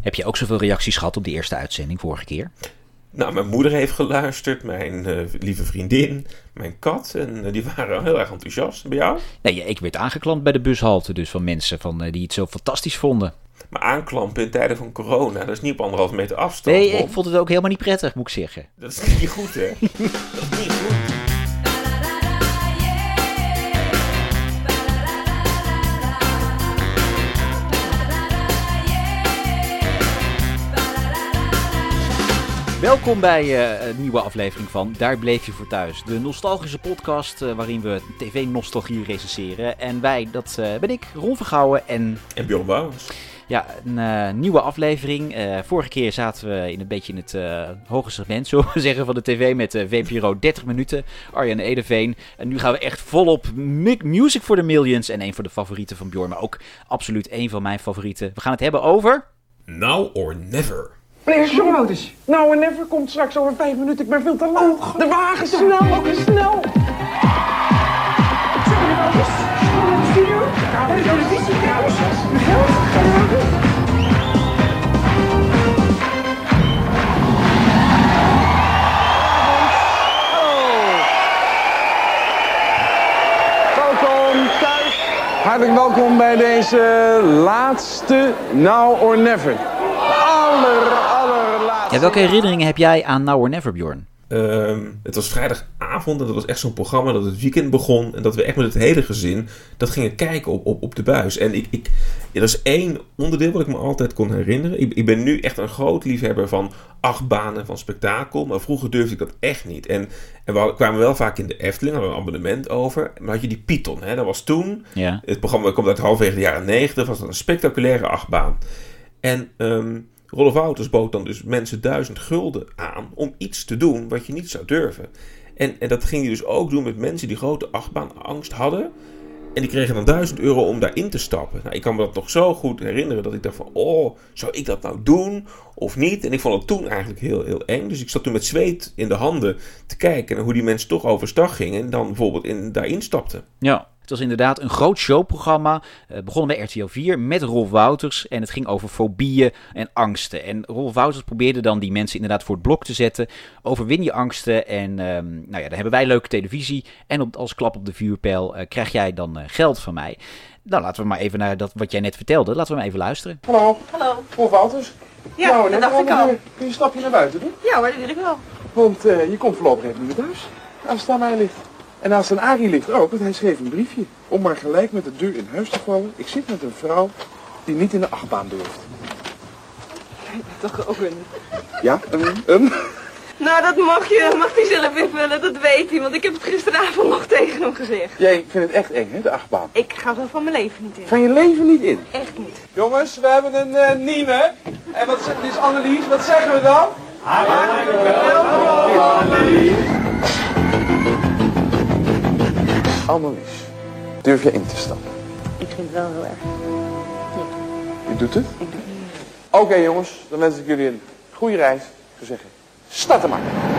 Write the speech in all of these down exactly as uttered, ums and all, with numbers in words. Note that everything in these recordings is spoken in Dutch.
Heb je ook zoveel reacties gehad op die eerste uitzending vorige keer? Nou, mijn moeder heeft geluisterd, mijn uh, lieve vriendin, mijn kat. En uh, die waren heel erg enthousiast. Bij jou? Nee, ik werd aangeklampt bij de bushalte dus van mensen van, uh, die het zo fantastisch vonden. Maar aanklampen in tijden van corona, dat is niet op anderhalve meter afstand. Nee, ik vond het ook helemaal niet prettig, moet ik zeggen. Dat is niet goed, hè? Dat is niet goed. Welkom bij uh, een nieuwe aflevering van Daar bleef je voor thuis. De nostalgische podcast uh, waarin we tv-nostalgie recenseren. En wij, dat uh, ben ik, Ron Vergouwen en... En Bjorn Bouwens. Ja, een uh, nieuwe aflevering. Uh, vorige keer zaten we in een beetje in het uh, hoge segment, zullen we zeggen, van de tv met uh, V P R O dertig minuten. Arjan Edeveen. En nu gaan we echt volop mu- Music for the Millions. En een van de favorieten van Bjorn, maar ook absoluut een van mijn favorieten. We gaan het hebben over... Now or Never. Meneer Schoenhouders, nou en never komt straks over vijf minuten. Ik ben veel te laat. Oh, de wagen, snel, ook snel. Zo, meneer Wouters. Gaan we naar de studio? Naar de televisie kijken? Uw geld? Welkom thuis. Hartelijk welkom bij deze laatste Now or Never. Aller, allerlaatste. Ja, welke herinneringen heb jij aan Now or Never, Bjorn? Um, het was vrijdagavond en dat was echt zo'n programma dat het weekend begon. En dat we echt met het hele gezin dat gingen kijken op, op, op de buis. En ik, ik, ja, dat is één onderdeel wat ik me altijd kon herinneren. Ik, ik ben nu echt een groot liefhebber van achtbanen, van spektakel. Maar vroeger durfde ik dat echt niet. En, en we kwamen wel vaak in de Efteling, hadden we een abonnement over. Maar had je die Python, hè? Dat was toen. Ja. Het programma komt uit halverwege de jaren negentig. Was dat een spectaculaire achtbaan. En... Um, Rolf Wouters bood dan dus mensen duizend gulden aan om iets te doen wat je niet zou durven. En, en dat ging hij dus ook doen met mensen die grote achtbaanangst hadden. En die kregen dan duizend euro om daarin te stappen. Nou, ik kan me dat nog zo goed herinneren dat ik dacht van... oh, zou ik dat nou doen of niet? En ik vond het toen eigenlijk heel, heel eng. Dus ik zat toen met zweet in de handen te kijken naar hoe die mensen toch overstag gingen. En dan bijvoorbeeld in, daarin stapten. Ja. Het was inderdaad een groot showprogramma. Uh, begonnen bij R T L vier met Rolf Wouters. En het ging over fobieën en angsten. En Rolf Wouters probeerde dan die mensen inderdaad voor het blok te zetten. Overwin je angsten. En um, nou ja, dan hebben wij leuke televisie. En op, als klap op de vuurpijl uh, krijg jij dan uh, geld van mij. Nou, laten we maar even naar dat wat jij net vertelde. Laten we maar even luisteren. Hallo. Hallo. Rolf Wouters. Ja, nou, dat dacht ik al. Kun je een stapje naar buiten doen? Ja hoor, dat wil ik wel. Want uh, je komt voorlopig even niet meer thuis. Als het aan mij ligt. En als een Arie ligt ook, want hij schreef een briefje. Om maar gelijk met de deur in huis te vallen. Ik zit met een vrouw die niet in de achtbaan durft. Toch ook een... Ja, een... een... Nou, dat mag je, mag hij zelf invullen, dat weet hij. Want ik heb het gisteravond nog tegen hem gezegd. Jij vindt het echt eng, hè, de achtbaan? Ik ga er van mijn leven niet in. Van je leven niet in? Echt niet. Jongens, we hebben een uh, nieuwe. En wat zegt dus Annelies, wat zeggen we dan? Annelies. Annelies, durf je in te stappen? Ik vind het wel heel erg. Ja. Je doet het? Ik doe het. Oké okay, jongens, dan wens ik jullie een goede reis. Ik zou zeggen, start er maar.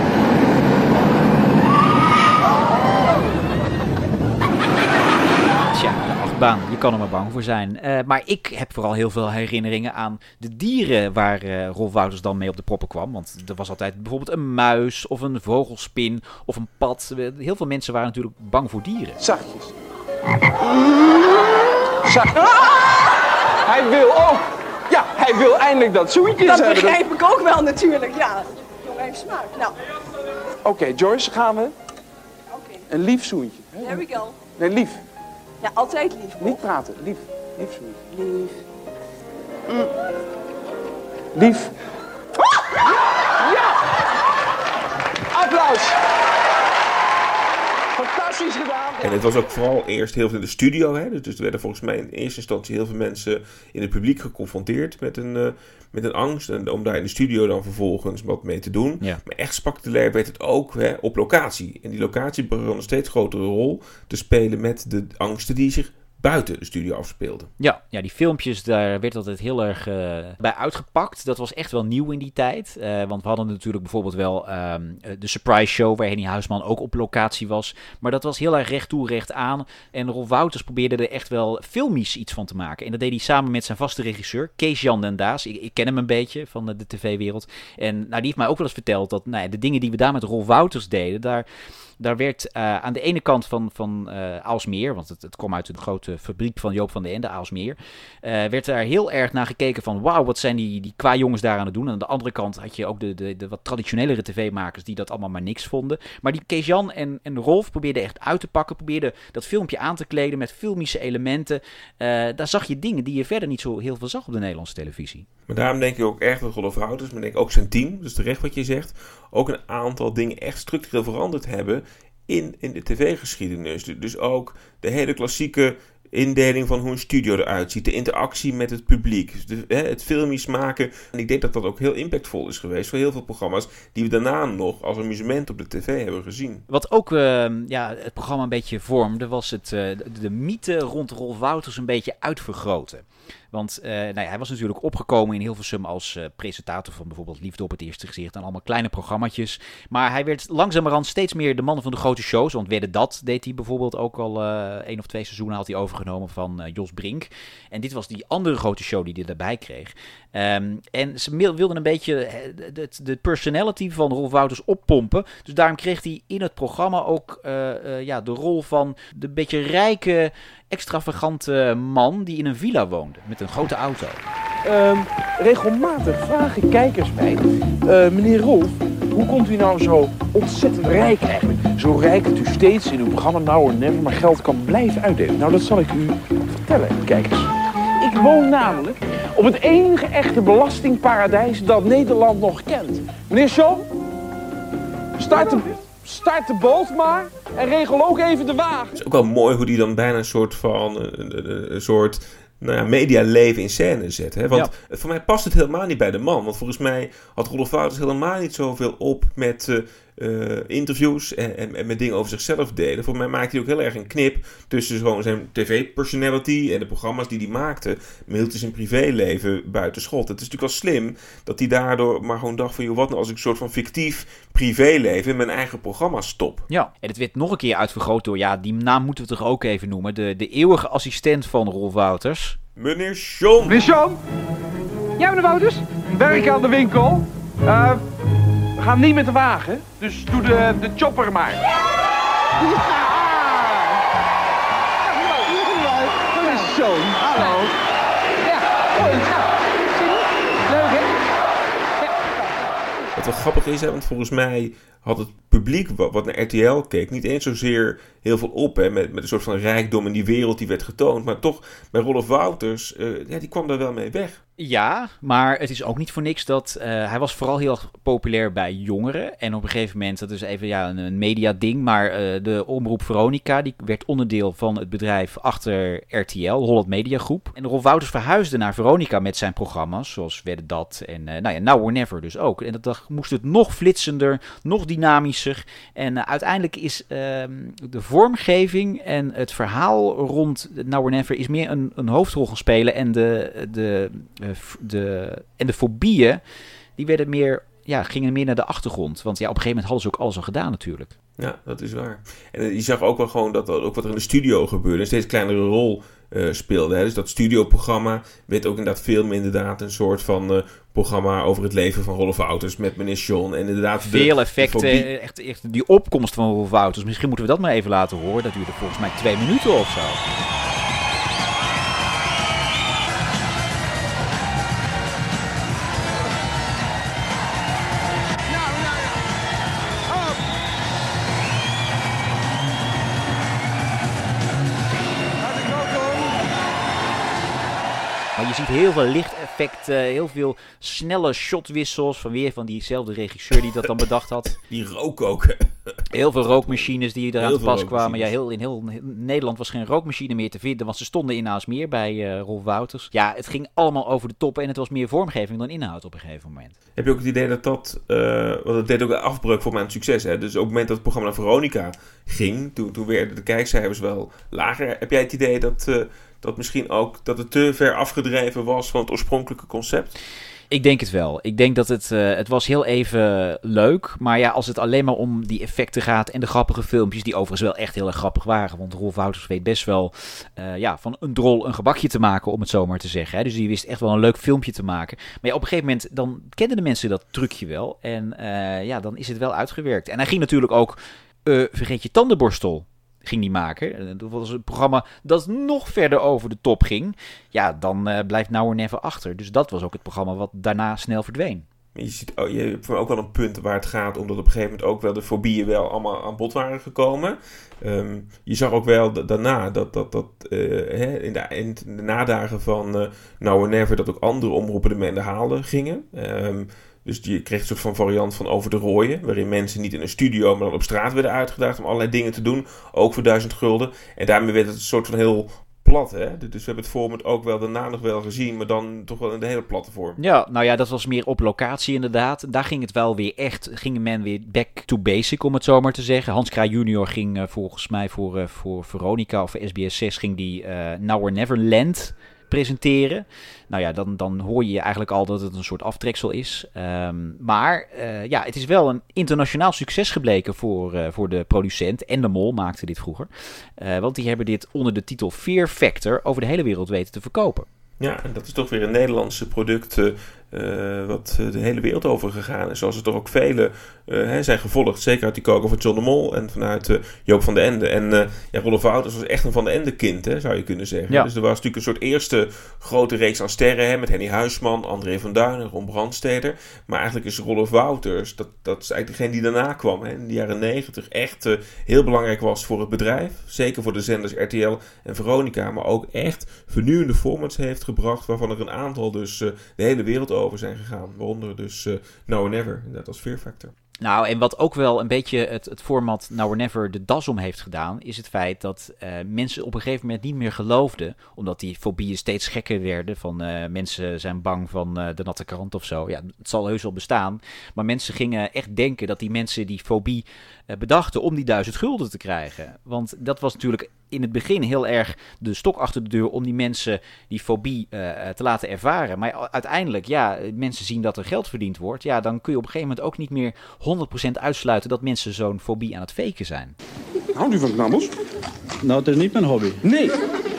Tja, de achtbaan, je kan er maar bang voor zijn. Uh, maar ik heb vooral heel veel herinneringen aan de dieren waar uh, Rolf Wouters dan mee op de proppen kwam. Want er was altijd bijvoorbeeld een muis of een vogelspin of een pad. Heel veel mensen waren natuurlijk bang voor dieren. Zachtjes. Zacht. Hij wil ook. Ja, hij wil eindelijk dat zoentjes dat hebben. Dat begrijp ik ook wel natuurlijk, ja. Jongen heeft smaak. Nou. Oké, okay, Joyce, gaan we. Oké. Okay. Een lief zoentje. There we go. Nee, lief. Ja, altijd lief. Hoor. Niet praten, lief. Lief zoentje. Lief. Mm. Lief. Ja! Applaus! Fantastisch gedaan! En het was ook vooral eerst heel veel in de studio. Hè? Dus er werden volgens mij in eerste instantie heel veel mensen in het publiek geconfronteerd met een, uh, met een angst. En om daar in de studio dan vervolgens wat mee te doen. Ja. Maar echt spectaculair werd het ook hè, op locatie. En die locatie begon een steeds grotere rol te spelen met de angsten die zich buiten de studio afspeelde. Ja, ja, die filmpjes, daar werd altijd heel erg uh, bij uitgepakt. Dat was echt wel nieuw in die tijd. Uh, want we hadden natuurlijk bijvoorbeeld wel um, de Surprise Show, waar Henny Huisman ook op locatie was. Maar dat was heel erg recht toe, recht aan. En Rolf Wouters probeerde er echt wel filmisch iets van te maken. En dat deed hij samen met zijn vaste regisseur, Kees-Jan den Daas. Ik, ik ken hem een beetje van de, de tv-wereld. En nou, die heeft mij ook wel eens verteld dat nou ja, de dingen die we daar met Rolf Wouters deden, daar... Daar werd uh, aan de ene kant van, van uh, Aalsmeer, want het, het kwam uit de grote fabriek van Joop van den Ende, Aalsmeer, uh, werd daar heel erg naar gekeken van wauw, wat zijn die, die qua jongens daar aan het doen. En aan de andere kant had je ook de, de, de wat traditionelere tv-makers die dat allemaal maar niks vonden. Maar die Kees-Jan en, en Rolf probeerden echt uit te pakken, probeerden dat filmpje aan te kleden met filmische elementen. Uh, daar zag je dingen die je verder niet zo heel veel zag op de Nederlandse televisie. Maar daarom denk ik ook echt dat Rolf Wouters, maar denk ik ook zijn team, dus terecht wat je zegt, ook een aantal dingen echt structureel veranderd hebben in, in de tv-geschiedenis. Dus ook de hele klassieke indeling van hoe een studio eruit ziet, de interactie met het publiek, de, hè, het filmisch maken. En ik denk dat dat ook heel impactvol is geweest voor heel veel programma's die we daarna nog als amusement op de tv hebben gezien. Wat ook uh, ja, het programma een beetje vormde, was het, uh, de, de mythe rond Rolf Wouters een beetje uitvergroten. Want uh, nou ja, hij was natuurlijk opgekomen in Hilversum als uh, presentator van bijvoorbeeld Liefde op het Eerste Gezicht en allemaal kleine programmaatjes. Maar hij werd langzamerhand steeds meer de man van de grote shows. Want Wedden Dat deed hij bijvoorbeeld ook al uh, één of twee seizoenen had hij overgenomen van uh, Jos Brink. En dit was die andere grote show die hij erbij kreeg. Um, en ze wilden een beetje de, de personality van Rolf Wouters oppompen. Dus daarom kreeg hij in het programma ook uh, uh, ja, de rol van de beetje rijke, extravagante man die in een villa woonde met een grote auto. Um, regelmatig vragen kijkers mij, uh, meneer Rolf, hoe komt u nou zo ontzettend rijk eigenlijk? Zo rijk dat u steeds in uw programma Now or Never maar geld kan blijven uitdelen. Nou, dat zal ik u vertellen, kijkers. Ik woon namelijk op het enige echte belastingparadijs dat Nederland nog kent. Meneer Sean, start de, start de boot maar en regel ook even de wagen. Het is ook wel mooi hoe die dan bijna een soort van een, een, een soort nou ja, medialeven in scène zet. Hè? Want ja. Voor mij past het helemaal niet bij de man. Want volgens mij had Rolf Wouters helemaal niet zoveel op met uh, uh, interviews en, en, en met dingen over zichzelf delen. Voor mij maakte hij ook heel erg een knip tussen gewoon zijn tv-personality en de programma's die hij maakte. Maar hield hij zijn privéleven buiten schot. Het is natuurlijk wel slim dat hij daardoor maar gewoon dacht van joh, wat nou als ik een soort van fictief privéleven in mijn eigen programma stop. Ja, en het werd nog een keer uitvergroot door, ja, die naam moeten we toch ook even noemen. De, de eeuwige assistent van Rolf Wouters. Meneer Sean. Meneer Sean? Ja, meneer Wouters? Werk aan de winkel. Uh, we gaan niet met de wagen, dus doe de, de chopper maar. Ja! Meneer Sean, hallo. Ja, hoi. Leuk, hè? Wat wel grappig is, hè, want volgens mij had het publiek wat, wat naar R T L keek niet eens zozeer heel veel op, hè, met, met een soort van rijkdom in die wereld die werd getoond. Maar toch, bij Rolf Wouters, uh, ja, die kwam daar wel mee weg. Ja, maar het is ook niet voor niks dat... Uh, hij was vooral heel erg populair bij jongeren. En op een gegeven moment, dat is even ja, een, een media-ding... maar uh, de omroep Veronica, die werd onderdeel van het bedrijf achter R T L, Holland Media Groep. En Rolf Wouters verhuisde naar Veronica met zijn programma's, zoals Wedden Dat en uh, nou ja, Now or Never dus ook. En dat moest het nog flitsender, nog dynamischer. En uh, uiteindelijk is uh, de vormgeving en het verhaal rond Now or Never... is meer een, een hoofdrol gaan spelen en de... de De, en de fobieën, die werden meer, ja, gingen meer naar de achtergrond. Want ja, op een gegeven moment hadden ze ook alles al gedaan natuurlijk. Ja, dat is waar. En je zag ook wel gewoon dat ook wat er in de studio gebeurde een steeds kleinere rol uh, speelde. Hè. Dus dat studioprogramma werd ook inderdaad veel meer inderdaad een soort van uh, programma over het leven van Rolf Wouters met meneer Sean. En inderdaad veel de, effecten, de fobie... echt, echt die opkomst van Rolf Wouters. Misschien moeten we dat maar even laten horen. Dat duurde volgens mij twee minuten of zo. Maar je ziet heel veel lichteffecten effecten, heel veel snelle shotwissels van weer van diezelfde regisseur die dat dan bedacht had. Die rook ook. Heel veel rookmachines die eraan Heel te veel pas kwamen. Ja, rookmachines. heel, in heel Nederland was geen rookmachine meer te vinden, want ze stonden in Aalsmeer bij uh, Rolf Wouters. Ja, het ging allemaal over de top en het was meer vormgeving dan inhoud op een gegeven moment. Heb je ook het idee dat dat... Uh, want het deed ook een afbreuk voor mijn succes. Hè? Dus op het moment dat het programma naar Veronica ging, toen, toen werden de kijkcijfers wel lager. Heb jij het idee dat, uh, dat misschien ook dat het te ver afgedreven was van het oorspronkelijke concept? Ik denk het wel. Ik denk dat het, uh, het was heel even leuk. Maar ja, als het alleen maar om die effecten gaat en de grappige filmpjes, die overigens wel echt heel erg grappig waren. Want Rolf Wouters weet best wel uh, ja, van een drol een gebakje te maken, om het zo maar te zeggen. Hè. Dus die wist echt wel een leuk filmpje te maken. Maar ja, op een gegeven moment, dan kenden de mensen dat trucje wel. En uh, ja, dan is het wel uitgewerkt. En hij ging natuurlijk ook uh, Vergeet je tandenborstel ging die maken. Dat was een programma dat nog verder over de top ging. Ja, dan uh, blijft Now or Never achter. Dus dat was ook het programma wat daarna snel verdween. Je ziet, oh, je hebt ook wel een punt waar het gaat, omdat op een gegeven moment ook wel de fobieën wel allemaal aan bod waren gekomen. Um, je zag ook wel da- daarna dat, dat, dat uh, hè, in, de, in de nadagen van uh, Now or Never dat ook andere omroepen ermee aan de halen gingen. Um, Dus je kreeg een soort van variant van Over de Rooien, waarin mensen niet in een studio, maar dan op straat werden uitgedaagd om allerlei dingen te doen, ook voor duizend gulden. En daarmee werd het een soort van heel plat, hè? Dus we hebben het format ook wel daarna nog wel gezien, maar dan toch wel in de hele platte vorm. Ja, nou ja, dat was meer op locatie inderdaad. Daar ging het wel weer echt, ging men weer back to basic, om het zo maar te zeggen. Hans Kraai junior ging uh, volgens mij voor, uh, voor Veronica of voor S B S zes ging die uh, Now or Never Land presenteren. Nou ja, dan, dan hoor je eigenlijk al dat het een soort aftreksel is. Um, maar uh, ja, het is wel een internationaal succes gebleken voor, uh, voor de producent. En de Mol maakte dit vroeger. Uh, want die hebben dit onder de titel Fear Factor over de hele wereld weten te verkopen. Ja, en dat is toch weer een Nederlandse product uh, uh, wat uh, de hele wereld over gegaan is. Zoals er toch ook vele uh, hè, zijn gevolgd. Zeker uit die koken van John de Mol en vanuit uh, Joop van den Ende. En uh, ja, Rolf Wouters was echt een Van den Ende kind, hè, zou je kunnen zeggen. Ja. Dus er was natuurlijk een soort eerste grote reeks aan sterren. Hè, met Henny Huisman, André van Duin en Ron Brandsteder. Maar eigenlijk is Rolf Wouters, dat, dat is eigenlijk degene die daarna kwam. Hè, in de jaren negentig echt uh, heel belangrijk was voor het bedrijf. Zeker voor de zenders R T L en Veronica. Maar ook echt vernieuwende formats heeft gebracht, waarvan er een aantal dus uh, de hele wereld over zijn gegaan. Waaronder dus uh, Now or Never, dat als Fear Factor. Nou, en wat ook wel een beetje het, het format Now or Never de das om heeft gedaan, is het feit dat uh, mensen op een gegeven moment niet meer geloofden, omdat die fobieën steeds gekker werden, van uh, mensen zijn bang van uh, de natte krant of zo. Ja, het zal heus wel bestaan, maar mensen gingen echt denken dat die mensen die fobie uh, bedachten om die duizend gulden te krijgen. Want dat was natuurlijk in het begin heel erg de stok achter de deur om die mensen die fobie uh, te laten ervaren. Maar uiteindelijk, ja, mensen zien dat er geld verdiend wordt. Ja, dan kun je op een gegeven moment ook niet meer honderd procent uitsluiten dat mensen zo'n fobie aan het faken zijn. Houdt u van knabbels? Nou, het is niet mijn hobby. Nee.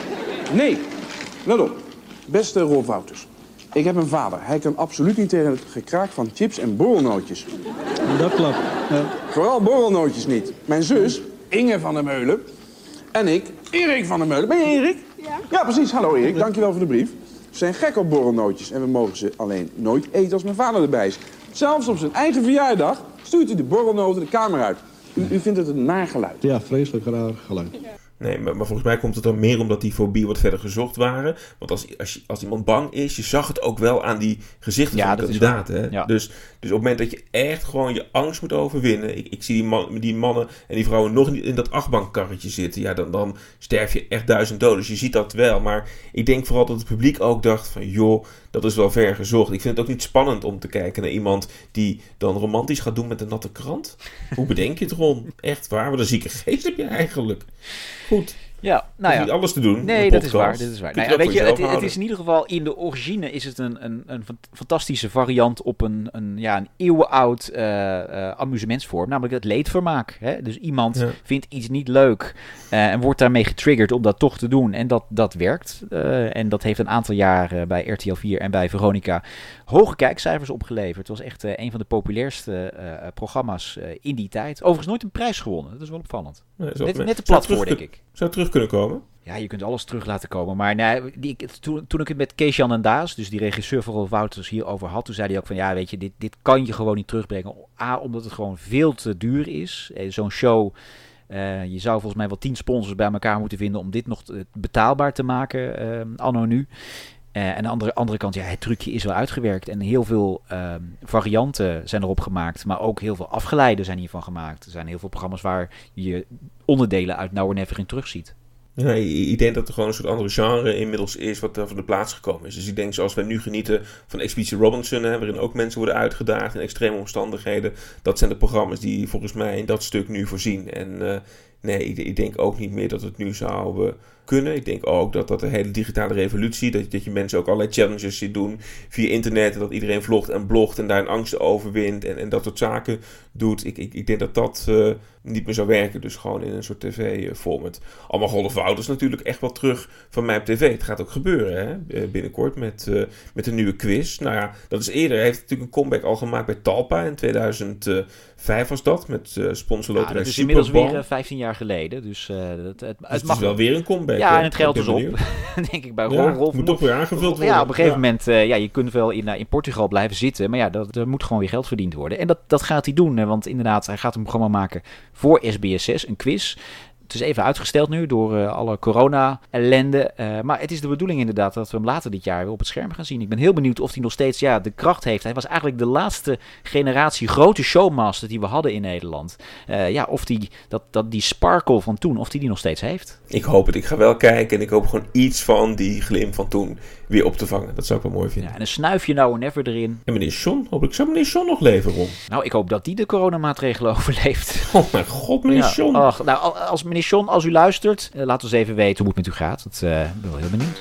Nee. Let op. Beste Rolf Wouters. Ik heb een vader. Hij kan absoluut niet tegen het gekraak van chips en borrelnootjes. Dat klopt. Ja. Vooral borrelnootjes niet. Mijn zus, Inge van der Meulen, en ik, Erik van der Meulen. Ben je Erik? Ja. Ja, precies. Hallo Erik. Dankjewel voor de brief. We zijn gek op borrelnootjes en we mogen ze alleen nooit eten als mijn vader erbij is. Zelfs op zijn eigen verjaardag stuurt hij de borrelnoten de kamer uit. U, u vindt het een naar geluid. Ja, vreselijk raar geluid. Nee, maar, maar volgens mij komt het dan meer omdat die fobie wat verder gezocht waren. Want als, als, als iemand bang is, je zag het ook wel aan die gezichten Ja, van de dat is kandidaten. Hè? Ja. Dus, dus op het moment dat je echt gewoon je angst moet overwinnen. Ik, ik zie die, man, die mannen en die vrouwen nog niet in dat achtbankkarretje zitten. Ja, dan, dan sterf je echt duizend doden. Dus je ziet dat wel. Maar ik denk vooral dat het publiek ook dacht van joh, dat is wel ver gezocht. Ik vind het ook niet spannend om te kijken naar iemand die dan romantisch gaat doen met een natte krant. Hoe bedenk je het, Ron? Echt waar? Wat een zieke geest heb je eigenlijk. Goed. Ja, nou ja. Niet alles te doen. Nee, dat is waar. Dat is waar. Kun Nou ja, je weet je, het, het, het is in ieder geval in de origine is het een, een, een fantastische variant op een, een, ja, een eeuwenoud uh, uh, amusementsvorm, namelijk het leedvermaak. Hè? Dus iemand ja. vindt iets niet leuk uh, en wordt daarmee getriggerd om dat toch te doen. En dat, dat werkt. Uh, en dat heeft een aantal jaar uh, bij R T L vier en bij Veronica hoge kijkcijfers opgeleverd. Het was echt uh, een van de populairste uh, programma's uh, in die tijd. Overigens nooit een prijs gewonnen. Dat is wel opvallend. Nee, net, net de platform, denk ik. Zou het terug kunnen komen? Ja, je kunt alles terug laten komen. Maar nee, die, toen, toen ik het met Kees-Jan en Daas, dus die regisseur van Rolf Wouters, hierover had, toen zei hij ook van ja, weet je, dit, dit kan je gewoon niet terugbrengen. A, omdat het gewoon veel te duur is. Eh, zo'n show, uh, je zou volgens mij wel tien sponsors bij elkaar moeten vinden om dit nog te, betaalbaar te maken, uh, anno nu. Uh, en aan de andere, andere kant, ja, het trucje is wel uitgewerkt. En heel veel uh, varianten zijn erop gemaakt. Maar ook heel veel afgeleiden zijn hiervan gemaakt. Er zijn heel veel programma's waar je onderdelen uit Now or Never in terugziet. Ja, ik denk dat er gewoon een soort andere genre inmiddels is wat er van de plaats gekomen is. Dus ik denk zoals wij nu genieten van Expeditie Robinson, hè, waarin ook mensen worden uitgedaagd in extreme omstandigheden. Dat zijn de programma's die volgens mij in dat stuk nu voorzien. En uh, nee, ik, ik denk ook niet meer dat het nu zou uh, kunnen. Ik denk ook dat dat de hele digitale revolutie, dat, dat je mensen ook allerlei challenges ziet doen via internet. En dat iedereen vlogt en blogt en daar een angst overwint en, en dat soort zaken doet. Ik, ik, ik denk dat dat uh, niet meer zou werken. Dus gewoon in een soort tv-format. Allemaal Rolf Wouters natuurlijk echt wel terug van mij op tv. Het gaat ook gebeuren hè? Binnenkort met, uh, met een nieuwe quiz. Nou ja, dat is eerder. Hij heeft natuurlijk een comeback al gemaakt bij Talpa in tweeduizend vijf was dat. Met uh, sponsorloterij ja, dat is Super Bowl. inmiddels weer uh, vijftien jaar geleden. Dus, uh, het, het, het, dus het het mag is wel weer een comeback. Ja, hè? en het geld Ik is ben op. benieuwd. Denk ik bij Ja, Rolf. Rolf moet toch weer aangevuld worden. Ja, op een gegeven Ja. moment, uh, ja, je kunt wel in, uh, in Portugal blijven zitten. Maar ja, dat, er moet gewoon weer geld verdiend worden. En dat, dat gaat hij doen. Hè, want inderdaad, hij gaat een programma maken voor S B S zes, een quiz. Het is even uitgesteld nu door uh, alle corona-ellende. Uh, maar het is de bedoeling inderdaad dat we hem later dit jaar weer op het scherm gaan zien. Ik ben heel benieuwd of hij nog steeds ja, de kracht heeft. Hij was eigenlijk de laatste generatie grote showmaster die we hadden in Nederland. Uh, ja, of die, dat, dat die sparkle van toen, of die die nog steeds heeft. Ik hoop het. Ik ga wel kijken en ik hoop gewoon iets van die glim van toen weer op te vangen. Dat zou ik wel mooi vinden. Ja, en een snuifje Now or Never erin. En meneer John, hopelijk zou meneer John nog leven, Ron. Nou, ik hoop dat die de coronamaatregelen overleeft. Oh mijn god, meneer Ja, John. ach, nou, als meneer John, als u luistert, uh, laat ons even weten hoe het met u gaat. Dat uh, ben ik wel heel benieuwd.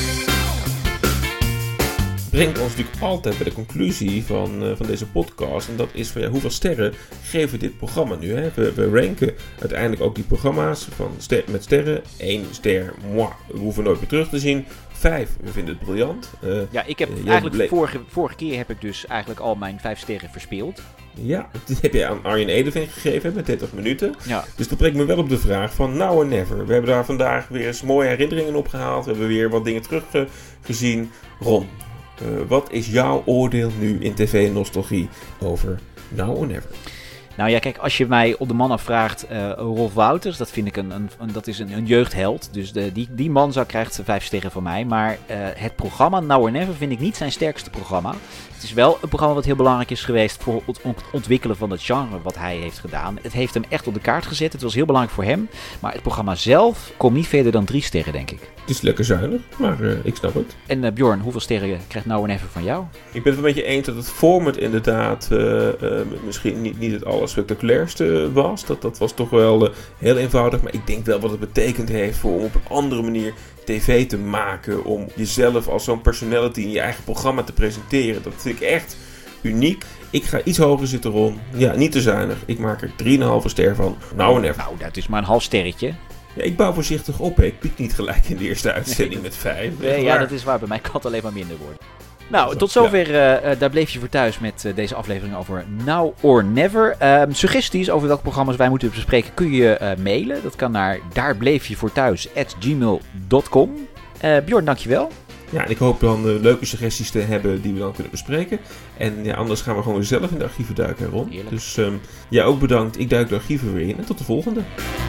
Brengt ons natuurlijk altijd bij de conclusie van, uh, van deze podcast. En dat is van ja, hoeveel sterren geven we dit programma nu? Hè? We, we ranken uiteindelijk ook die programma's van ster, met sterren. Eén ster, moi, we hoeven nooit meer terug te zien. Vijf, we vinden het briljant. Uh, Ja, ik heb uh, eigenlijk ble- vorige, vorige keer heb ik dus eigenlijk al mijn vijf sterren verspeeld. Ja, dat heb jij aan Arjen Edeveen gegeven met dertig minuten. Ja. Dus dat brengt me wel op de vraag van Now or Never. We hebben daar vandaag weer eens mooie herinneringen op gehaald. We hebben weer wat dingen teruggezien. Ron, uh, wat is jouw oordeel nu in tv-nostalgie over Now or Never? Nou ja, kijk, als je mij op de man afvraagt, uh, Rolf Wouters, dat vind ik een, een, een, dat is een, een jeugdheld. Dus de, die, die man zou, krijgt vijf sterren van mij. Maar uh, het programma Now or Never vind ik niet zijn sterkste programma. Het is wel een programma wat heel belangrijk is geweest voor het ontwikkelen van het genre wat hij heeft gedaan. Het heeft hem echt op de kaart gezet. Het was heel belangrijk voor hem. Maar het programma zelf komt niet verder dan drie sterren, denk ik. Het is lekker zuinig, maar uh, ik snap het. En uh, Bjorn, hoeveel sterren krijgt Now or Never van jou? Ik ben het wel met je eens dat het format inderdaad uh, uh, misschien niet, niet het allerspectaculairste was. Dat, dat was toch wel uh, heel eenvoudig. Maar ik denk wel wat het betekend heeft voor om op een andere manier tv te maken. Om jezelf als zo'n personality in je eigen programma te presenteren. Dat vind ik echt uniek. Ik ga iets hoger zitten, Ron. Ja, niet te zuinig. Ik maak er drie komma vijf ster van. Now or Never. Nou, dat is maar een half sterretje. Ja, ik bouw voorzichtig op. Hè. Ik piek niet gelijk in de eerste uitzending met vijf. Nee, ja, dat is waar. Bij mij kan het alleen maar minder worden. Nou, tot zover. Uh, uh, daar bleef je voor thuis met uh, deze aflevering over Now or Never. Uh, suggesties over welke programma's wij moeten bespreken kun je uh, mailen. Dat kan naar daarbleefjevoorthuis at gmail dot com. Uh, Bjorn, dankjewel. Ja, en ik hoop dan uh, leuke suggesties te hebben die we dan kunnen bespreken. En ja, anders gaan we gewoon weer zelf in de archieven duiken, Ron. Heerlijk. Dus um, ja, ook bedankt. Ik duik de archieven weer in. En tot de volgende.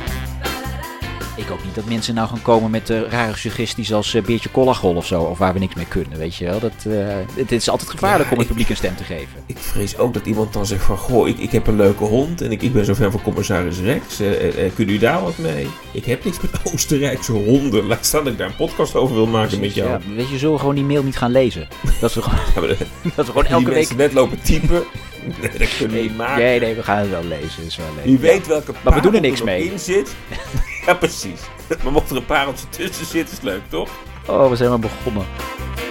Ik hoop niet dat mensen nou gaan komen met uh, rare suggesties als uh, Beertje Collagol of zo. Of waar we niks mee kunnen, weet je wel. Dat, uh, het is altijd gevaarlijk Ja, om het ik- publiek een stem te geven. Ik vrees ook dat iemand dan zegt van... Goh, ik, ik heb een leuke hond en ik, ik ben zo fan van commissaris Rex. Uh, uh, uh, kunnen u daar wat mee? Ik heb niks met Oostenrijkse honden. Laat staan dat ik daar een podcast over wil maken met jou. Ja, weet je, zullen we gewoon die mail niet gaan lezen? Dat we gewoon, Ja, maar de- dat we gewoon die elke week... mensen net lopen typen. Nee, dat kunnen we niet maken. Nee, nee, we gaan het wel lezen. Is wel leuk. Wie weet welke Maar we doen er parel niks nog mee. in zit. Ja, precies. Maar mocht er een pareltje tussen zitten, is leuk, toch? Oh, we zijn maar begonnen.